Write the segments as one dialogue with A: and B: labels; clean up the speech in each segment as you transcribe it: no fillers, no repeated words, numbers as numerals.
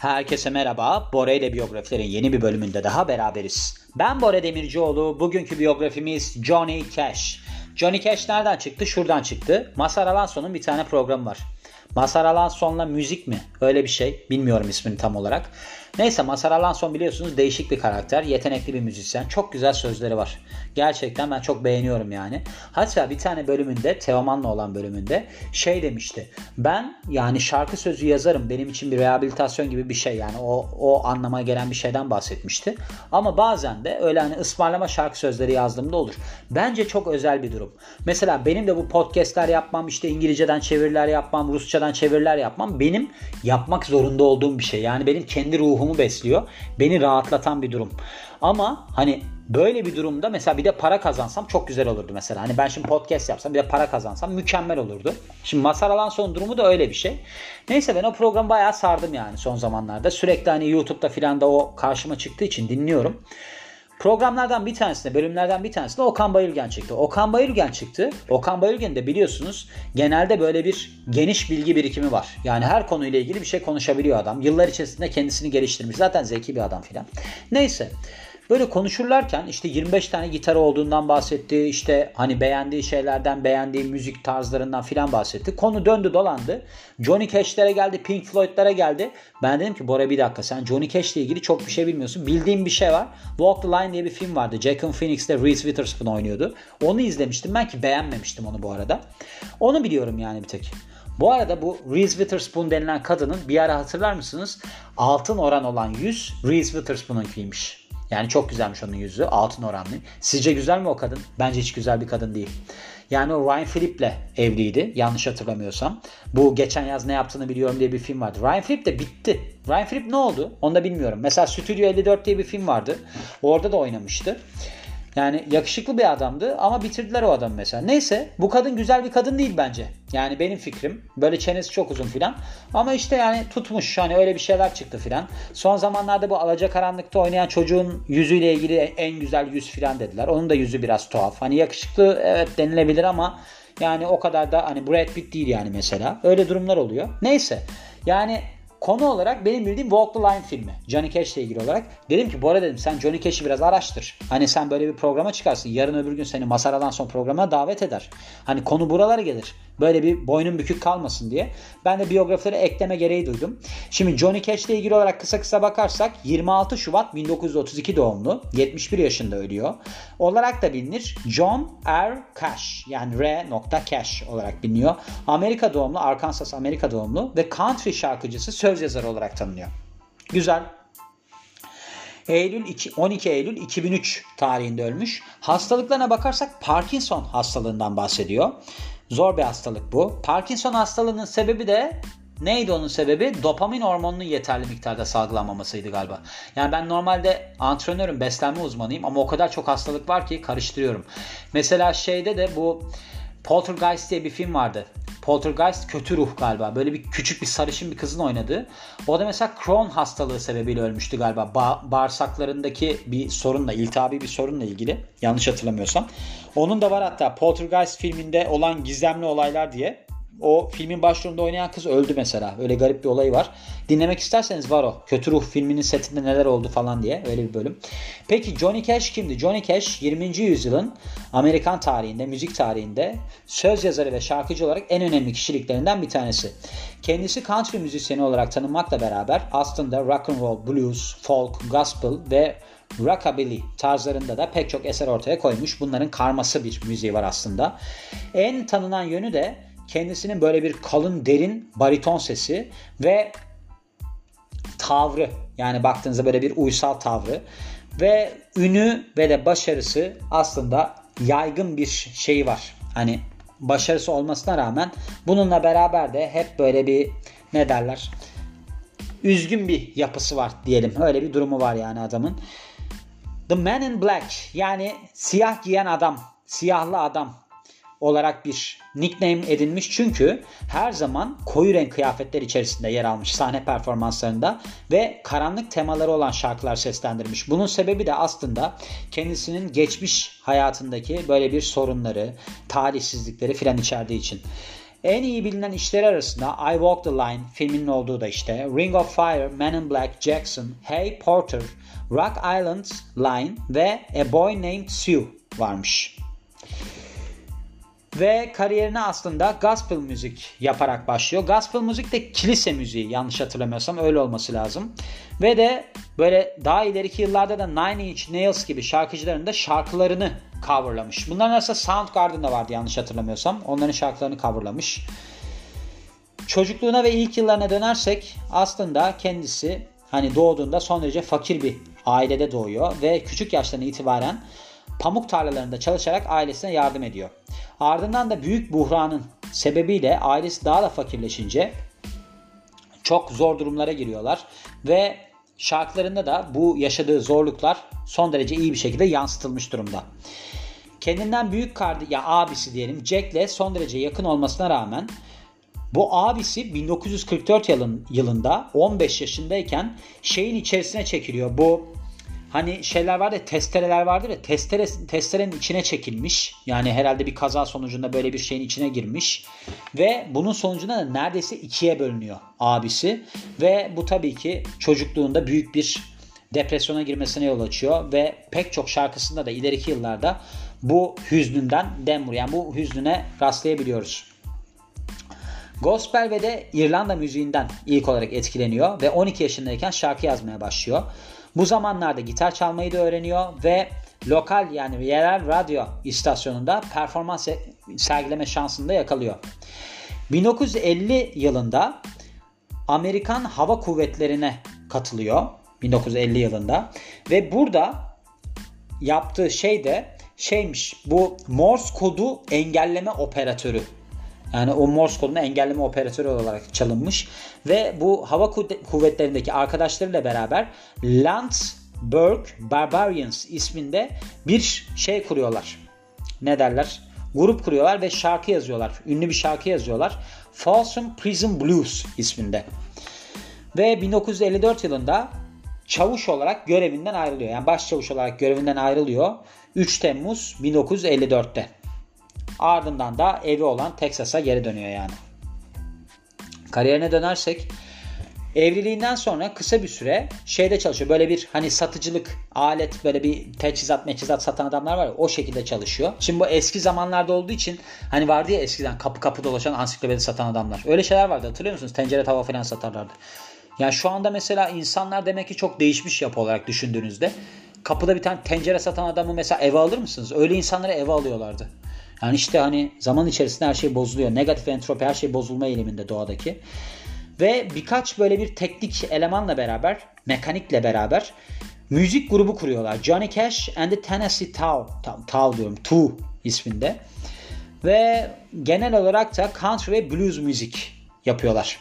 A: Herkese merhaba. Bora ile biyografilerin yeni bir bölümünde daha beraberiz. Ben Bora Demircioğlu. Bugünkü biyografimiz Johnny Cash. Johnny Cash nereden çıktı? Şuradan çıktı. Mazhar Alanson'un bir tane programı var. Mazhar Alanson'la müzik mi? Öyle bir şey. Bilmiyorum ismini tam olarak. Neyse, Mazhar Alanson biliyorsunuz değişik bir karakter. Yetenekli bir müzisyen. Çok güzel sözleri var. Gerçekten ben çok beğeniyorum yani. Hatta bir tane bölümünde, Teoman'la olan bölümünde şey demişti. Ben yani şarkı sözü yazarım. Benim için bir rehabilitasyon gibi bir şey. Yani o anlama gelen bir şeyden bahsetmişti. Ama bazen de öyle hani ısmarlama şarkı sözleri yazdığımda olur. Bence çok özel bir durum. Mesela benim de bu podcastler yapmam, işte İngilizceden çeviriler yapmam, Rusçadan çeviriler yapmam benim yapmak zorunda olduğum bir şey. Yani benim kendi ruhumu besliyor. Beni rahatlatan bir durum. Ama hani böyle bir durumda mesela bir de para kazansam çok güzel olurdu mesela. Hani ben şimdi podcast yapsam bir de para kazansam mükemmel olurdu. Şimdi Mazhar Alanson'un durumu da öyle bir şey. Neyse, ben o programı bayağı sardım yani son zamanlarda. Sürekli hani YouTube'da filan da o karşıma çıktığı için dinliyorum. Programlardan bir tanesinde, bölümlerden bir tanesinde Okan Bayülgen çıktı. Okan Bayülgen de biliyorsunuz genelde böyle bir geniş bilgi birikimi var. Yani her konuyla ilgili bir şey konuşabiliyor adam. Yıllar içerisinde kendisini geliştirmiş. Zaten zeki bir adam filan. Neyse. Böyle konuşurlarken işte 25 tane gitarı olduğundan bahsetti. İşte hani beğendiği şeylerden, beğendiği müzik tarzlarından filan bahsetti. Konu döndü dolandı. Johnny Cash'lere geldi, Pink Floyd'lara geldi. Ben dedim ki Bora bir dakika, sen Johnny Cash'le ilgili çok bir şey bilmiyorsun. Bildiğim bir şey var. Walk the Line diye bir film vardı. Joaquin Phoenix'te Reese Witherspoon oynuyordu. Onu izlemiştim. Ben ki beğenmemiştim onu bu arada. Onu biliyorum yani bir tek. Bu arada bu Reese Witherspoon denilen kadının bir ara hatırlar mısınız? Altın oran olan yüz Reese Witherspoon'unkiymiş. Yani çok güzelmiş onun yüzü. Altın oranlı. Sizce güzel mi o kadın? Bence hiç güzel bir kadın değil. Yani o Ryan Phillippe'le evliydi. Yanlış hatırlamıyorsam. Bu geçen yaz ne yaptığını biliyorum diye bir film vardı. Ryan Phillippe de bitti. Ryan Phillippe ne oldu? Onu da bilmiyorum. Mesela Stüdyo 54 diye bir film vardı. Orada da oynamıştı. Yani yakışıklı bir adamdı ama bitirdiler o adamı mesela. Neyse, bu kadın güzel bir kadın değil bence. Yani benim fikrim. Böyle çenesi çok uzun filan. Ama işte yani tutmuş, hani öyle bir şeyler çıktı filan. Son zamanlarda bu Alacakaranlık'ta oynayan çocuğun yüzüyle ilgili en güzel yüz filan dediler. Onun da yüzü biraz tuhaf. Hani yakışıklı evet denilebilir ama yani o kadar da hani Brad Pitt değil yani mesela. Öyle durumlar oluyor. Neyse. Yani konu olarak benim bildiğim Walk the Line filmi. Johnny Cash ile ilgili olarak. Dedim ki Bora, dedim sen Johnny Cash'i biraz araştır. Hani sen böyle bir programa çıkarsın. Yarın öbür gün seni Mazhar Alanson programına davet eder. Hani konu buralara gelir. Böyle bir boynun bükük kalmasın diye. Ben de biyografileri ekleme gereği duydum. Şimdi Johnny Cash ile ilgili olarak kısa bakarsak 26 Şubat 1932 doğumlu. 71 yaşında ölüyor. Olarak da bilinir John R. Cash. Yani R. Cash olarak biliniyor. Amerika doğumlu, Arkansas Amerika doğumlu ve country şarkıcısı, söz yazarı olarak tanınıyor. Güzel. 12 Eylül 2003 tarihinde ölmüş. Hastalıklarına bakarsak Parkinson hastalığından bahsediyor. Zor bir hastalık bu. Parkinson hastalığının sebebi de neydi onun sebebi? Dopamin hormonunun yeterli miktarda salgılanmamasıydı galiba. Yani ben normalde antrenörüm, beslenme uzmanıyım ama o kadar çok hastalık var ki karıştırıyorum. Mesela şeyde de bu Poltergeist diye bir film vardı. Poltergeist kötü ruh galiba. Böyle bir küçük bir sarışın bir kızın oynadığı. O da mesela Crohn hastalığı sebebiyle ölmüştü galiba. Bağırsaklarındaki bir sorunla, iltihabi bir sorunla ilgili. Yanlış hatırlamıyorsam. Onun da var hatta Poltergeist filminde olan gizemli olaylar diye. O filmin başrolünde oynayan kız öldü mesela. Öyle garip bir olayı var. Dinlemek isterseniz var o. Kötü Ruh filminin setinde neler oldu falan diye. Öyle bir bölüm. Peki Johnny Cash kimdi? Johnny Cash 20. yüzyılın Amerikan tarihinde, müzik tarihinde söz yazarı ve şarkıcı olarak en önemli kişiliklerinden bir tanesi. Kendisi country müzisyeni olarak tanınmakla beraber aslında rock and roll, blues, folk, gospel ve rockabilly tarzlarında da pek çok eser ortaya koymuş. Bunların karması bir müziği var aslında. En tanınan yönü de kendisinin böyle bir kalın, derin bariton sesi ve tavrı. Yani baktığınızda böyle bir uysal tavrı ve ünü ve de başarısı aslında yaygın bir şey var. Hani başarısı olmasına rağmen bununla beraber de hep böyle bir ne derler? Üzgün bir yapısı var diyelim. Öyle bir durumu var yani adamın. The Man in Black, yani siyah giyen adam, siyahlı adam olarak bir nickname edinmiş. Çünkü her zaman koyu renk kıyafetler içerisinde yer almış sahne performanslarında ve karanlık temaları olan şarkılar seslendirmiş. Bunun sebebi de aslında kendisinin geçmiş hayatındaki böyle bir sorunları, talihsizlikleri filan içerdiği için. En iyi bilinen işleri arasında I Walk the Line filminin olduğu da işte Ring of Fire, Men in Black, Jackson, Hey Porter, Rock Island Line ve A Boy Named Sue varmış. Ve kariyerine aslında gospel müzik yaparak başlıyor. Gospel müzik de kilise müziği, yanlış hatırlamıyorsam öyle olması lazım. Ve de böyle daha ileriki yıllarda da Nine Inch Nails gibi şarkıcıların da şarkılarını coverlamış. Bunların arasında Soundgarden da vardı yanlış hatırlamıyorsam. Onların şarkılarını coverlamış. Çocukluğuna ve ilk yıllarına dönersek aslında kendisi hani doğduğunda son derece fakir bir ailede doğuyor ve küçük yaştan itibaren pamuk tarlalarında çalışarak ailesine yardım ediyor. Ardından da büyük buhranın sebebiyle ailesi daha da fakirleşince çok zor durumlara giriyorlar ve şarkılarında da bu yaşadığı zorluklar son derece iyi bir şekilde yansıtılmış durumda. Kendinden büyük abisi diyelim Jack'le son derece yakın olmasına rağmen bu abisi 1944 yılında 15 yaşındayken şeyin içerisine çekiliyor. Bu hani şeyler vardı ya, testereler vardır ya, testerenin içine çekilmiş. Yani herhalde bir kaza sonucunda böyle bir şeyin içine girmiş. Ve bunun sonucunda da neredeyse ikiye bölünüyor abisi. Ve bu tabii ki çocukluğunda büyük bir depresyona girmesine yol açıyor. Ve pek çok şarkısında da ileriki yıllarda bu hüznünden dem vuruyor. Yani bu hüznüne rastlayabiliyoruz. Gospel ve de İrlanda müziğinden ilk olarak etkileniyor ve 12 yaşındayken şarkı yazmaya başlıyor. Bu zamanlarda gitar çalmayı da öğreniyor ve lokal yani yerel radyo istasyonunda performans sergileme şansını da yakalıyor. 1950 yılında Amerikan Hava Kuvvetleri'ne katılıyor. 1950 yılında ve burada yaptığı şey de şeymiş, bu Morse kodu engelleme operatörü. Yani o Morse kodunu engelleme operatörü olarak çalınmış. Ve bu hava kuvvetlerindeki arkadaşlarıyla beraber Landsberg Barbarians isminde bir şey kuruyorlar. Ne derler? Grup kuruyorlar ve şarkı yazıyorlar. Ünlü bir şarkı yazıyorlar. Folsom Prison Blues isminde. Ve 1954 yılında çavuş olarak görevinden ayrılıyor. Yani başçavuş olarak görevinden ayrılıyor. 3 Temmuz 1954'te. Ardından da evi olan Texas'a geri dönüyor yani. Kariyerine dönersek evliliğinden sonra kısa bir süre şeyde çalışıyor. Böyle bir hani satıcılık, alet, böyle bir teçhizat satan adamlar var ya, o şekilde çalışıyor. Şimdi bu eski zamanlarda olduğu için hani vardı ya eskiden kapı kapı dolaşan ansiklopedi satan adamlar. Öyle şeyler vardı, hatırlıyor musunuz? Tencere tava falan satarlardı. Yani şu anda mesela insanlar demek ki çok değişmiş yapı olarak düşündüğünüzde. Kapıda bir tane tencere satan adamı mesela eve alır mısınız? Öyle insanları eve alıyorlardı. Yani işte hani zaman içerisinde her şey bozuluyor. Negatif entropi, her şey bozulma eğiliminde doğadaki. Ve birkaç böyle bir teknik elemanla beraber, mekanikle beraber müzik grubu kuruyorlar. Johnny Cash and the Tennessee Two isminde. Ve genel olarak da country ve blues müzik yapıyorlar.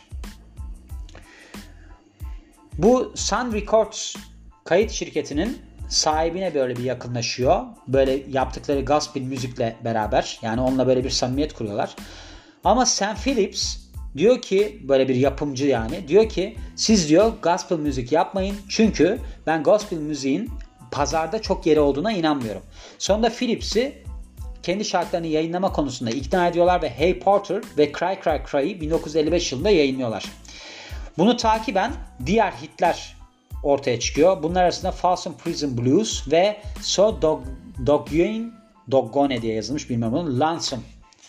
A: Bu Sun Records kayıt şirketinin sahibine böyle bir yakınlaşıyor. Böyle yaptıkları gospel müzikle beraber. Yani onunla böyle bir samimiyet kuruyorlar. Ama Sam Phillips diyor ki, böyle bir yapımcı yani, diyor ki siz diyor gospel müzik yapmayın. Çünkü ben gospel müziğin pazarda çok yeri olduğuna inanmıyorum. Sonunda Phillips'i kendi şarkılarını yayınlama konusunda ikna ediyorlar ve Hey Porter ve Cry Cry Cry'ı 1955 yılında yayınlıyorlar. Bunu takiben diğer hitler ortaya çıkıyor. Bunlar arasında Folsom Prison Blues ve So Doggone diye yazılmış, bilmem onu, Lonesome.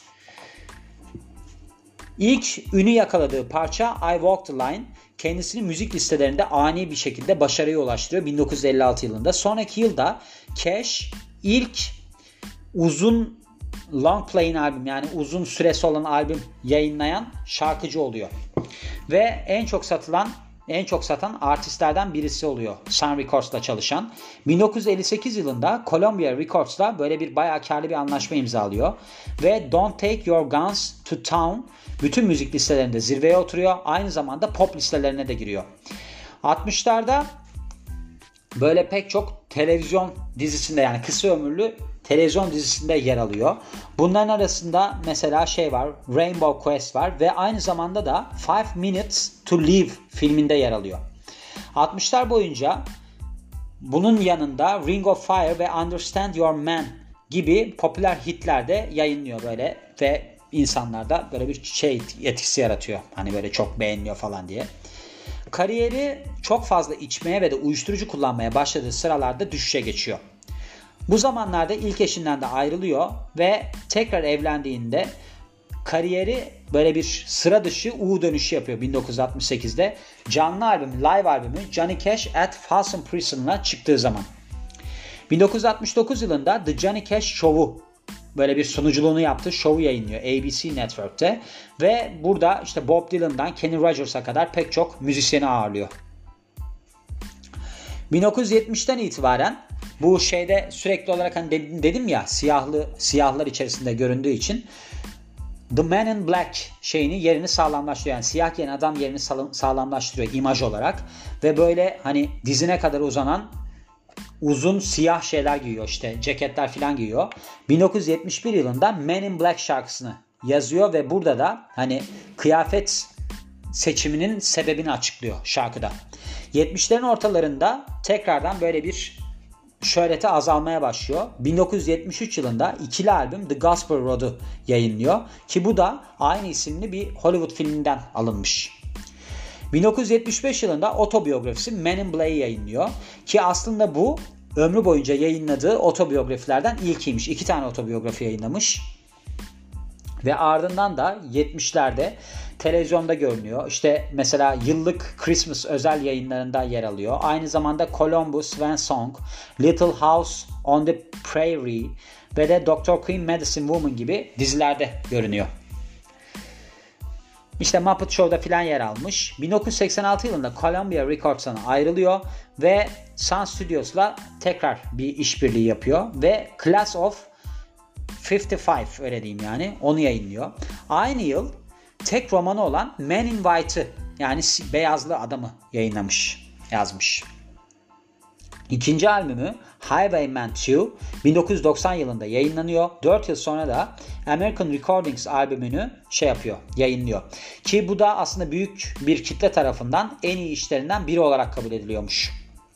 A: İlk ünü yakaladığı parça I Walk the Line kendisini müzik listelerinde ani bir şekilde başarıya ulaştırıyor 1956 yılında. Sonraki yılda Cash ilk uzun long playing albüm, yani uzun süresi olan albüm yayınlayan şarkıcı oluyor. Ve en çok satan artistlerden birisi oluyor. Sun Records'la çalışan. 1958 yılında Columbia Records'la böyle bir bayağı karlı bir anlaşma imzalıyor. Ve Don't Take Your Guns to Town bütün müzik listelerinde zirveye oturuyor. Aynı zamanda pop listelerine de giriyor. 60'larda böyle pek çok televizyon dizisinde, yani kısa ömürlü televizyon dizisinde yer alıyor. Bunların arasında mesela şey var, Rainbow Quest var ve aynı zamanda da 5 Minutes to Live filminde yer alıyor. 60'lar boyunca bunun yanında Ring of Fire ve Understand Your Man gibi popüler hitler de yayınlıyor böyle ve insanlarda böyle bir şey etkisi yaratıyor. Hani böyle çok beğeniliyor falan diye. Kariyeri çok fazla içmeye ve de uyuşturucu kullanmaya başladığı sıralarda düşüşe geçiyor. Bu zamanlarda ilk eşinden de ayrılıyor ve tekrar evlendiğinde kariyeri böyle bir sıra dışı U dönüşü yapıyor 1968'de. Canlı albüm, live albümü Johnny Cash at Folsom Prison'la çıktığı zaman. 1969 yılında The Johnny Cash Show'u böyle bir sunuculuğunu yaptığı şovu yayınlıyor ABC Network'te ve burada işte Bob Dylan'dan Kenny Rogers'a kadar pek çok müzisyeni ağırlıyor. 1970'ten itibaren bu şeyde sürekli olarak hani dedim ya siyahlar içerisinde göründüğü için The Man in Black yerini sağlamlaştırıyor. Yani siyah giyen adam yerini sağlamlaştırıyor imaj olarak ve böyle hani dizine kadar uzanan uzun siyah şeyler giyiyor, işte ceketler falan giyiyor. 1971 yılında Men in Black şarkısını yazıyor ve burada da hani kıyafet seçiminin sebebini açıklıyor şarkıda. 70'lerin ortalarında tekrardan böyle bir şöhreti azalmaya başlıyor. 1973 yılında ikili albüm The Gospel Road'u yayınlıyor ki bu da aynı isimli bir Hollywood filminden alınmış. 1975 yılında otobiyografisi Men in Black'i yayınlıyor ki aslında bu ömrü boyunca yayınladığı otobiyografilerden ilkiymiş. 2 tane otobiyografi yayınlamış. Ve ardından da 70'lerde televizyonda görünüyor. İşte mesela yıllık Christmas özel yayınlarında yer alıyor. Aynı zamanda Columbo Swan Song, Little House on the Prairie ve de Dr. Queen Medicine Woman gibi dizilerde görünüyor. İşte Muppet Show'da filan yer almış. 1986 yılında Columbia Records'tan ayrılıyor ve Sun Studios'la tekrar bir işbirliği yapıyor ve Class of 55 öyle diyeyim yani onu yayınlıyor. Aynı yıl tek romanı olan Man in White'ı yani Beyazlı Adam'ı yazmış. İkinci albümü Highwayman 2 1990 yılında yayınlanıyor. 4 yıl sonra da American Recordings albümünü yayınlıyor. Ki bu da aslında büyük bir kitle tarafından en iyi işlerinden biri olarak kabul ediliyormuş.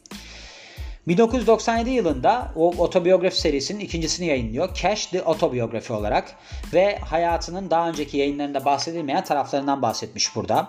A: 1997 yılında o otobiyografi serisinin ikincisini yayınlıyor. Cash the Autobiography olarak ve hayatının daha önceki yayınlarında bahsedilmeyen taraflarından bahsetmiş burada.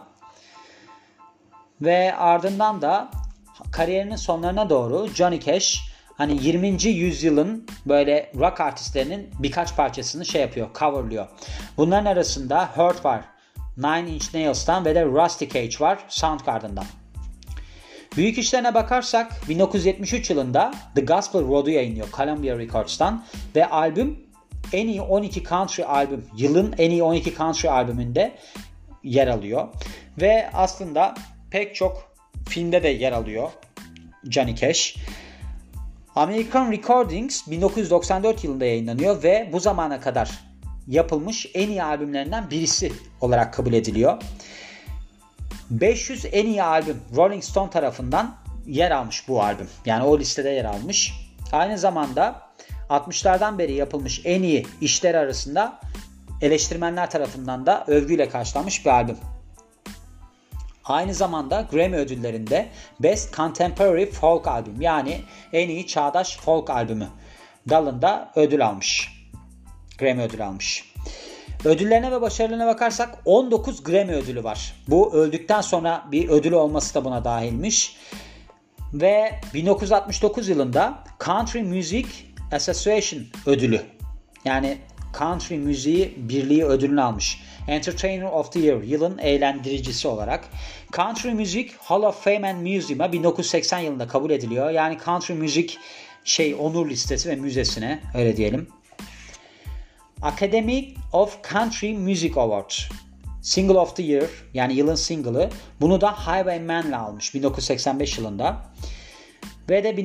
A: Ve ardından da kariyerinin sonlarına doğru Johnny Cash hani 20. yüzyılın böyle rock artistlerinin birkaç parçasını coverlıyor. Bunların arasında Hurt var, Nine Inch Nails'tan ve de Rusty Cage var Soundgarden'dan. Büyük işlerine bakarsak 1973 yılında The Gospel Road'u yayınlıyor Columbia Records'tan ve albüm en iyi 12 country albüm, yılın en iyi 12 country albümünde yer alıyor. Ve aslında pek çok filmde de yer alıyor Johnny Cash. American Recordings 1994 yılında yayınlanıyor ve bu zamana kadar yapılmış en iyi albümlerinden birisi olarak kabul ediliyor. 500 en iyi albüm Rolling Stone tarafından yer almış bu albüm. Yani o listede yer almış. Aynı zamanda 60'lardan beri yapılmış en iyi işler arasında eleştirmenler tarafından da övgüyle karşılanmış bir albüm. Aynı zamanda Grammy ödüllerinde Best Contemporary Folk Album yani en iyi çağdaş folk albümü dalında Grammy ödülü almış. Ödüllerine ve başarılarına bakarsak 19 Grammy ödülü var. Bu öldükten sonra bir ödülü olması da buna dahilmiş. Ve 1969 yılında Country Music Association ödülü yani Country Müziği Birliği ödülünü almış. Entertainer of the Year, yılın eğlendiricisi olarak. Country Music Hall of Fame and Museum'a 1980 yılında kabul ediliyor. Yani Country Music onur listesi ve müzesine öyle diyelim. Academy of Country Music Award Single of the Year yani yılın single'ı. Bunu da Highwayman'le almış 1985 yılında. Ve de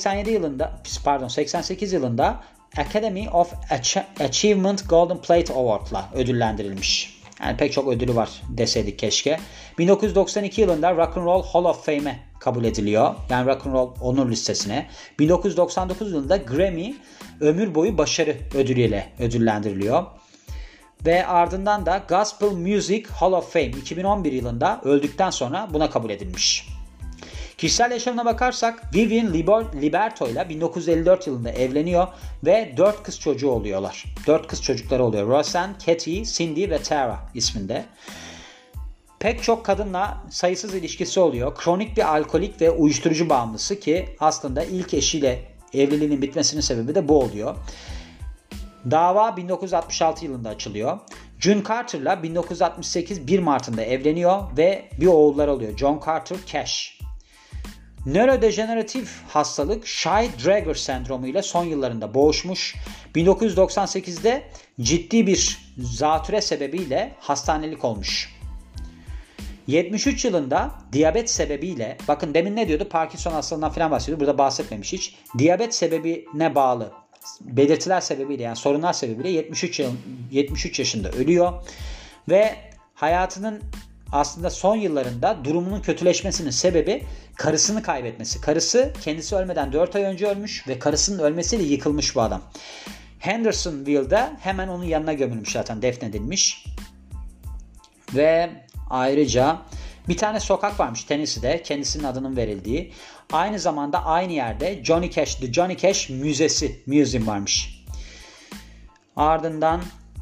A: 88 yılında Academy of Achievement Golden Plate Award'la ödüllendirilmiş. Yani pek çok ödülü var deseydik keşke. 1992 yılında Rock and Roll Hall of Fame'e kabul ediliyor. Yani Rock and Roll onur listesine. 1999 yılında Grammy ömür boyu başarı ödülüyle ödüllendiriliyor. Ve ardından da Gospel Music Hall of Fame 2011 yılında öldükten sonra buna kabul edilmiş. Kişisel yaşamına bakarsak Vivian Liberto ile 1954 yılında evleniyor ve 4 kız çocuğu oluyorlar. 4 kız çocukları oluyor. Roseanne, Katie, Cindy ve Tara isminde. Pek çok kadınla sayısız ilişkisi oluyor. Kronik bir alkolik ve uyuşturucu bağımlısı ki aslında ilk eşiyle evliliğinin bitmesinin sebebi de bu oluyor. Dava 1966 yılında açılıyor. June Carter'la 1968 1 Mart'ında evleniyor ve bir oğulları oluyor. John Carter Cash. Nörodejeneratif hastalık Shy-Drager sendromu ile son yıllarında boğuşmuş. 1998'de ciddi bir zatüre sebebiyle hastanelik olmuş. 73 yılında diyabet sebebiyle, bakın demin ne diyordu? Parkinson hastalığından falan bahsediyordu. Burada bahsetmemiş hiç. Diyabet sebebine bağlı belirtiler sebebiyle, yani sorunlar sebebiyle 73 yaşında ölüyor ve hayatının aslında son yıllarında durumunun kötüleşmesinin sebebi karısını kaybetmesi. Karısı kendisi ölmeden 4 ay önce ölmüş ve karısının ölmesiyle yıkılmış bu adam. Hendersonville'da hemen onun yanına gömülmüş, zaten defnedilmiş. Ve ayrıca bir tane sokak varmış Tennessee'de, kendisinin adının verildiği. Aynı zamanda aynı yerde The Johnny Cash Museum varmış. Ardından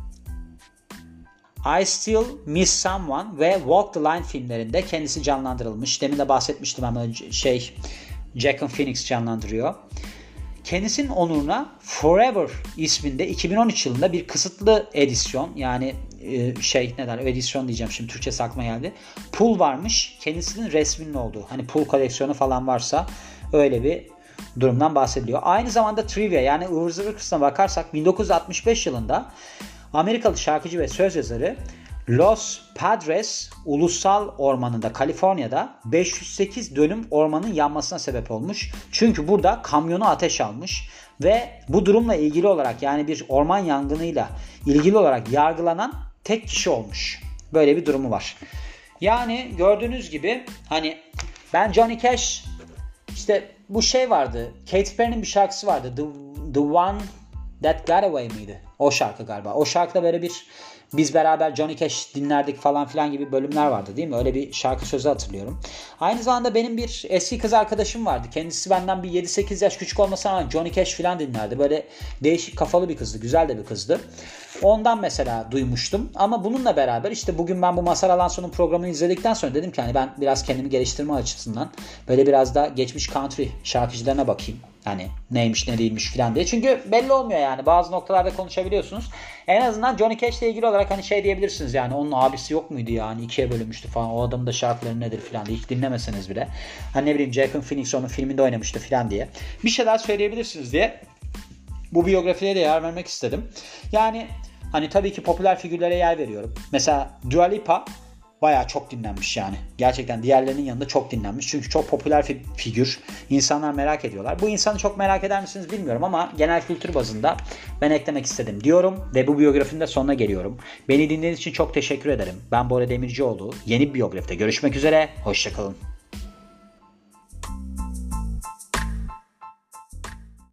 A: I Still Miss Someone ve Walk the Line filmlerinde kendisi canlandırılmış. Demin de bahsetmiştim ama Joaquin Phoenix canlandırıyor. Kendisinin onuruna Forever isminde 2013 yılında bir kısıtlı edisyon, yani edisyon diyeceğim şimdi, Türkçesi aklıma geldi. Pul varmış. Kendisinin resminin olduğu. Hani pul koleksiyonu falan varsa öyle bir durumdan bahsediliyor. Aynı zamanda trivia, yani ıvır zıvır kısmına bakarsak 1965 yılında Amerikalı şarkıcı ve söz yazarı Los Padres Ulusal Ormanı'nda, Kaliforniya'da 508 dönüm ormanın yanmasına sebep olmuş. Çünkü burada kamyonu ateş almış ve bu durumla ilgili olarak, yani bir orman yangınıyla ilgili olarak yargılanan tek kişi olmuş. Böyle bir durumu var. Yani gördüğünüz gibi hani ben Johnny Cash, işte bu vardı. Katy Perry'nin bir şarkısı vardı. The One That Got Away mıydı? O şarkı galiba. O şarkıda böyle biz beraber Johnny Cash dinlerdik falan filan gibi bölümler vardı değil mi? Öyle bir şarkı sözü hatırlıyorum. Aynı zamanda benim bir eski kız arkadaşım vardı. Kendisi benden bir 7-8 yaş küçük olmasına rağmen Johnny Cash filan dinlerdi. Böyle değişik kafalı bir kızdı. Güzel de bir kızdı. Ondan mesela duymuştum. Ama bununla beraber işte bugün ben bu Mazhar Alanson'un programını izledikten sonra dedim ki hani ben biraz kendimi geliştirme açısından böyle biraz da geçmiş country şarkıcılarına bakayım. Hani neymiş ne değilmiş filan diye. Çünkü belli olmuyor yani. Bazı noktalarda konuşabiliyorsunuz. En azından Johnny Cash ile ilgili olarak hani diyebilirsiniz yani, onun abisi yok muydu yani, ikiye bölünmüştü falan. O adamın da şarkıları nedir filan diye. Hiç dinlemeseniz bile. Hani ne bileyim Joaquin Phoenix onun filminde oynamıştı filan diye. Bir şeyler söyleyebilirsiniz diye bu biyografiye de yer vermek istedim. Yani hani tabii ki popüler figürlere yer veriyorum. Mesela Dua Lipa bayağı çok dinlenmiş yani. Gerçekten diğerlerinin yanında çok dinlenmiş. Çünkü çok popüler figür. İnsanlar merak ediyorlar. Bu insanı çok merak eder misiniz bilmiyorum ama genel kültür bazında ben eklemek istedim diyorum ve bu biyografinin de sonuna geliyorum. Beni dinlediğiniz için çok teşekkür ederim. Ben Bora Demircioğlu. Yeni bir biyografide görüşmek üzere. Hoşçakalın.